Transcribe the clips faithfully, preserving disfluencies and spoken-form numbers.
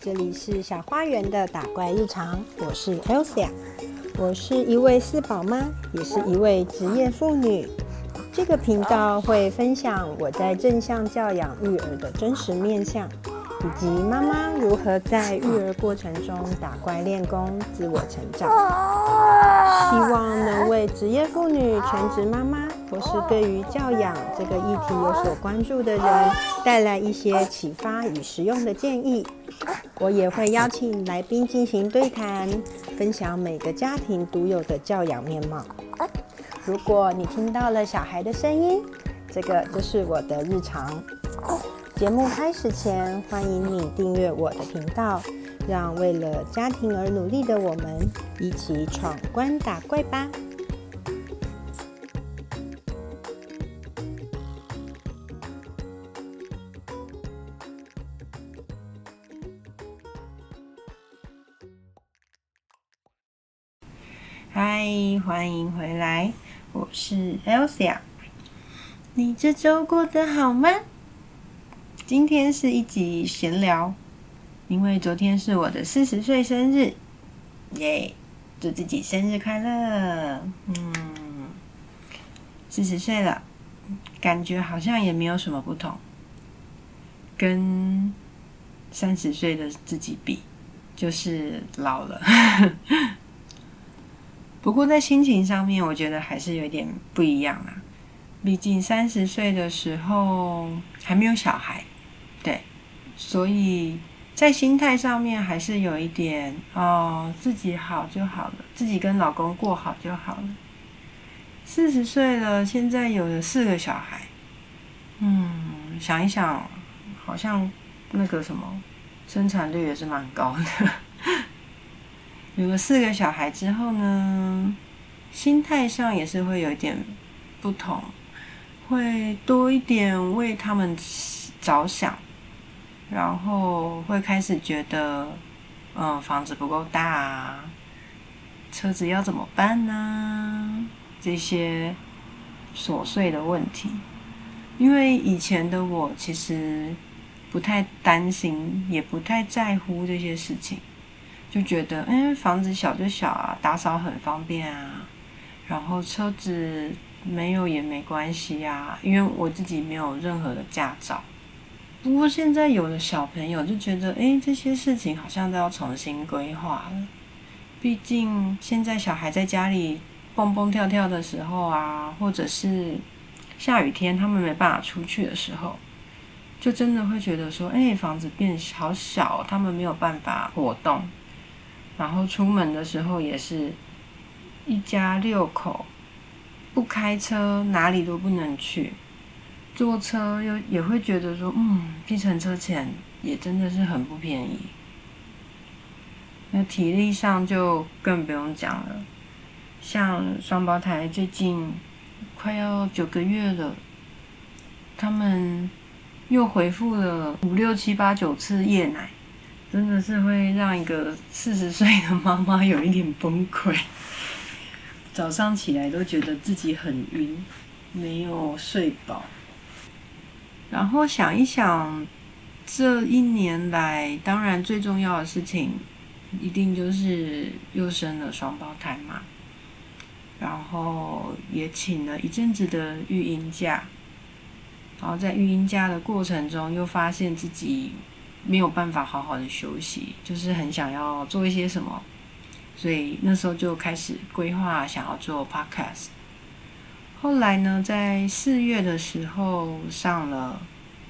这里是小花园的打怪日常，我是 Elsa， 我是一位四宝妈，也是一位职业妇女。这个频道会分享我在正向教养育儿的真实面向，以及妈妈如何在育儿过程中打怪练功、自我成长。希望能为职业妇女、全职妈妈或是对于教养这个议题有所关注的人带来一些启发与实用的建议。我也会邀请来宾进行对谈，分享每个家庭独有的教养面貌。如果你听到了小孩的声音，这个就是我的日常。节目开始前，欢迎你订阅我的频道，让为了家庭而努力的我们一起闯关打怪吧。嗨，欢迎回来，我是 Elsa。你这周过得好吗？今天是一集闲聊，因为昨天是我的四十岁生日，耶！祝自己生日快乐。嗯，四十岁了，感觉好像也没有什么不同，跟三十岁的自己比，就是老了。不过在心情上面，我觉得还是有点不一样啦。毕竟三十岁的时候还没有小孩，对，所以在心态上面还是有一点哦，自己好就好了，自己跟老公过好就好了。四十岁了，现在有了四个小孩，嗯，想一想，好像那个什么生产率也是蛮高的。有了四个小孩之后呢，心态上也是会有一点不同，会多一点为他们着想，然后会开始觉得，嗯，房子不够大啊，车子要怎么办呢？这些琐碎的问题，因为以前的我其实不太担心，也不太在乎这些事情。就觉得，哎，房子小就小啊，打扫很方便啊，然后车子没有也没关系啊，因为我自己没有任何的驾照。不过现在有了小朋友，就觉得，哎，这些事情好像都要重新规划了。毕竟现在小孩在家里蹦蹦跳跳的时候啊，或者是下雨天他们没办法出去的时候，就真的会觉得说，哎，房子变好小，他们没有办法活动。然后出门的时候也是一家六口，不开车哪里都不能去，坐车又也会觉得说，嗯，计程车钱也真的是很不便宜。那体力上就更不用讲了，像双胞胎最近快要九个月了，他们又回复了五六七八九次夜奶。真的是会让一个四十岁的妈妈有一点崩溃，早上起来都觉得自己很晕，没有睡饱。然后想一想，这一年来，当然最重要的事情，一定就是又生了双胞胎嘛，然后也请了一阵子的育婴假，然后在育婴假的过程中，又发现自己没有办法好好的休息，就是很想要做一些什么，所以那时候就开始规划想要做 podcast。 后来呢，在四月的时候上了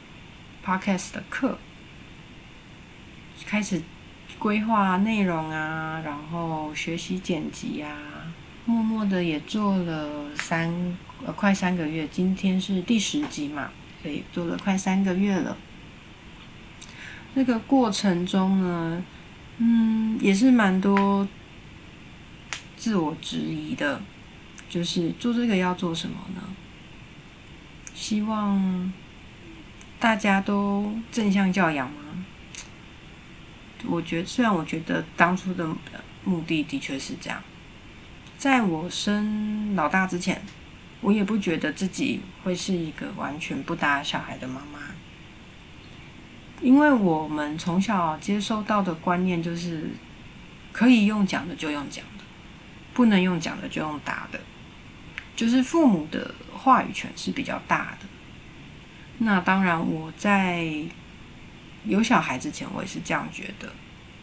podcast 的课，开始规划内容啊，然后学习剪辑啊，默默的也做了三呃快三个月，今天是第十集嘛，所以做了快三个月了。这个过程中呢，嗯，也是蛮多自我质疑的，就是做这个要做什么呢？希望大家都正向教养吗？我觉得，虽然我觉得当初的目的的确是这样，在我生老大之前，我也不觉得自己会是一个完全不打小孩的妈妈。 因为我们从小接收到的观念就是可以用讲的就用讲的，不能用讲的就用打的，就是父母的话语权是比较大的。那当然我在有小孩之前我也是这样觉得。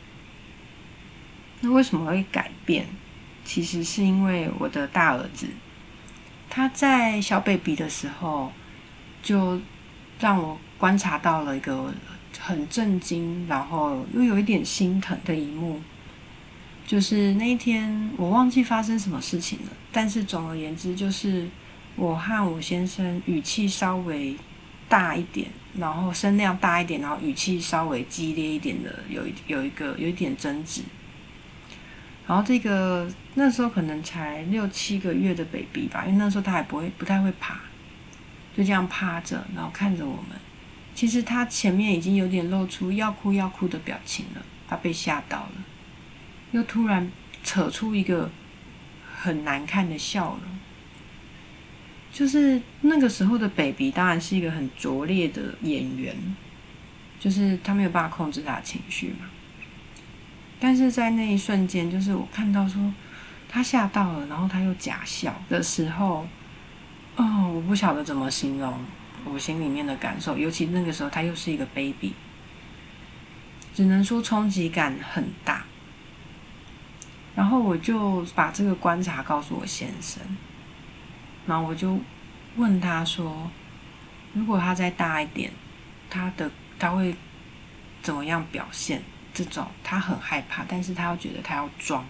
那为什么会改变？其实是因为我的大儿子他在小 baby 的时候就让我观察到了一个很震惊然后又有一点心疼的一幕。就是那一天我忘记发生什么事情了，但是总而言之就是我和我先生语气稍微大一点，然后声量大一点，然后语气稍微激烈一点的有有一个有一点争执。然后这个那时候可能才六七个月的 baby 吧，因为那时候他还不会不太会爬，就这样趴着，然后看着我们。其实他前面已经有点露出要哭要哭的表情了，他被吓到了，又突然扯出一个很难看的笑容。就是那个时候的 baby 当然是一个很拙劣的演员，就是他没有办法控制他的情绪嘛。但是在那一瞬间，就是我看到说他吓到了，然后他又假笑的时候，哦，我不晓得怎么形容我心里面的感受，尤其那个时候他又是一个 baby， 只能说冲击感很大。然后我就把这个观察告诉我先生，然后我就问他说，如果他再大一点，他的他会怎么样表现？这种他很害怕，但是他又觉得他要装。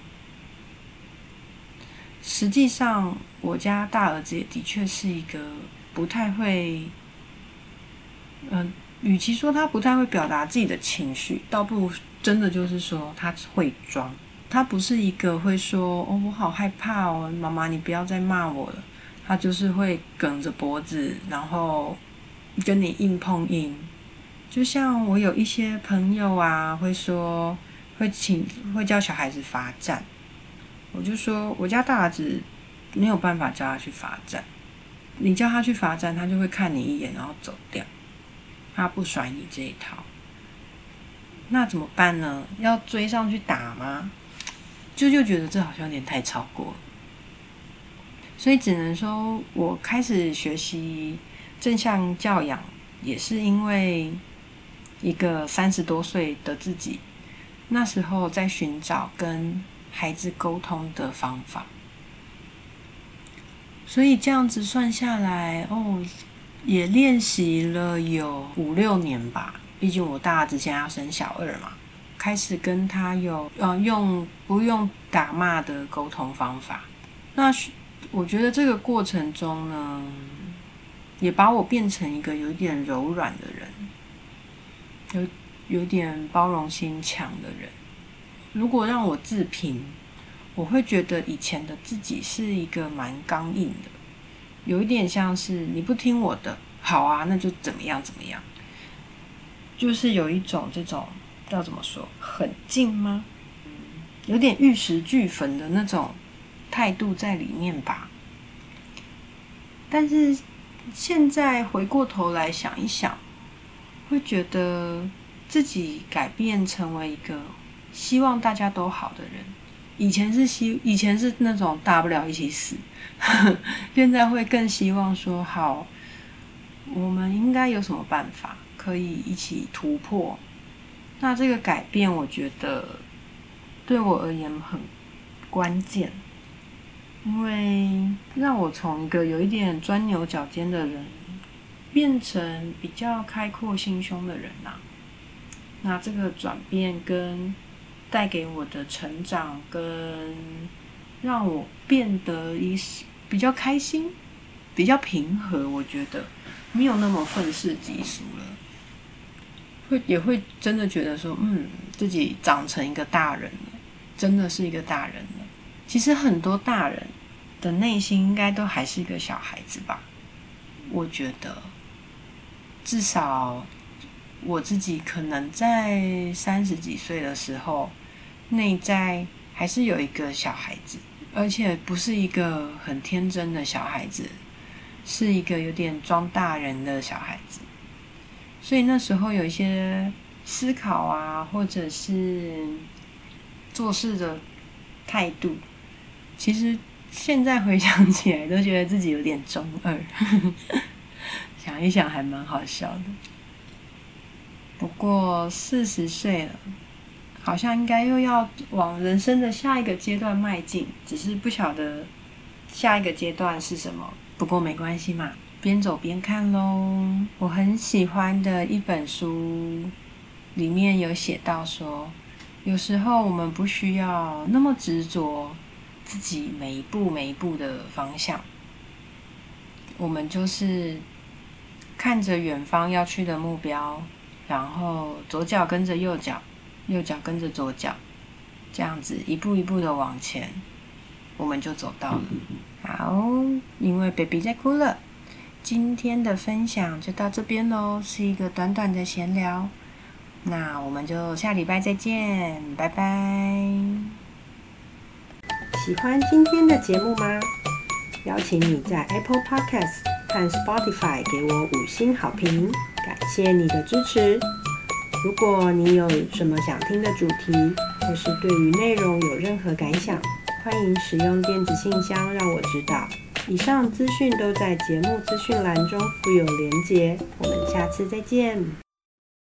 实际上我家大儿子也的确是一个不太会嗯、呃，与其说他不太会表达自己的情绪，倒不如真的就是说他会装。他不是一个会说哦我好害怕哦，妈妈你不要再骂我了，他就是会梗着脖子，然后跟你硬碰硬。就像我有一些朋友啊，会说会请会叫小孩子罚站，我就说我家大儿子没有办法叫他去罚站，你叫他去罚站，他就会看你一眼然后走掉，他不甩你这一套。那怎么办呢？要追上去打吗？就就觉得这好像有点太超过了，所以只能说我开始学习正向教养，也是因为一个三十多岁的自己，那时候在寻找跟孩子沟通的方法。所以这样子算下来，哦，也练习了有五六年吧。毕竟我大儿子现在要升小二嘛，开始跟他有呃用不用打骂的沟通方法。那我觉得这个过程中呢，也把我变成一个有点柔软的人，有有点包容心强的人。如果让我自评，我会觉得以前的自己是一个蛮刚硬的，有一点像是你不听我的，好啊，那就怎么样怎么样，就是有一种这种要怎么说，狠劲吗？有点玉石俱焚的那种态度在里面吧。但是现在回过头来想一想，会觉得自己改变成为一个希望大家都好的人。以前是希以前是那种大不了一起死，现在会更希望说好，我们应该有什么办法可以一起突破。那这个改变我觉得对我而言很关键，因为让我从一个有一点钻牛角尖的人变成比较开阔心胸的人啊。那这个转变跟带给我的成长跟让我变得一比较开心比较平和，我觉得没有那么愤世嫉俗了，会也会真的觉得说嗯自己长成一个大人了，真的是一个大人了。其实很多大人的内心应该都还是一个小孩子吧，我觉得至少我自己可能在三十几岁的时候，内在还是有一个小孩子，而且不是一个很天真的小孩子，是一个有点装大人的小孩子。 所以那时候有一些思考啊，或者是做事的态度，其实现在回想起来都觉得自己有点中二想一想还蛮好笑的。不过四十岁了，好像应该又要往人生的下一个阶段迈进，只是不晓得下一个阶段是什么。不过没关系嘛，边走边看咯。我很喜欢的一本书里面有写到说，有时候我们不需要那么执着自己每一步每一步的方向，我们就是看着远方要去的目标，然后左脚跟着右脚，右脚跟着左脚，这样子一步一步的往前，我们就走到了。好，因为 baby 在哭了，今天的分享就到这边咯，是一个短短的闲聊。那我们就下礼拜再见，拜拜。喜欢今天的节目吗？邀请你在 Apple Podcast 和 Spotify 给我五星好评，感谢你的支持。如果你有什么想听的主题，或是对于内容有任何感想，欢迎使用电子信箱让我知道。以上资讯都在节目资讯栏中附有连结，我们下次再见。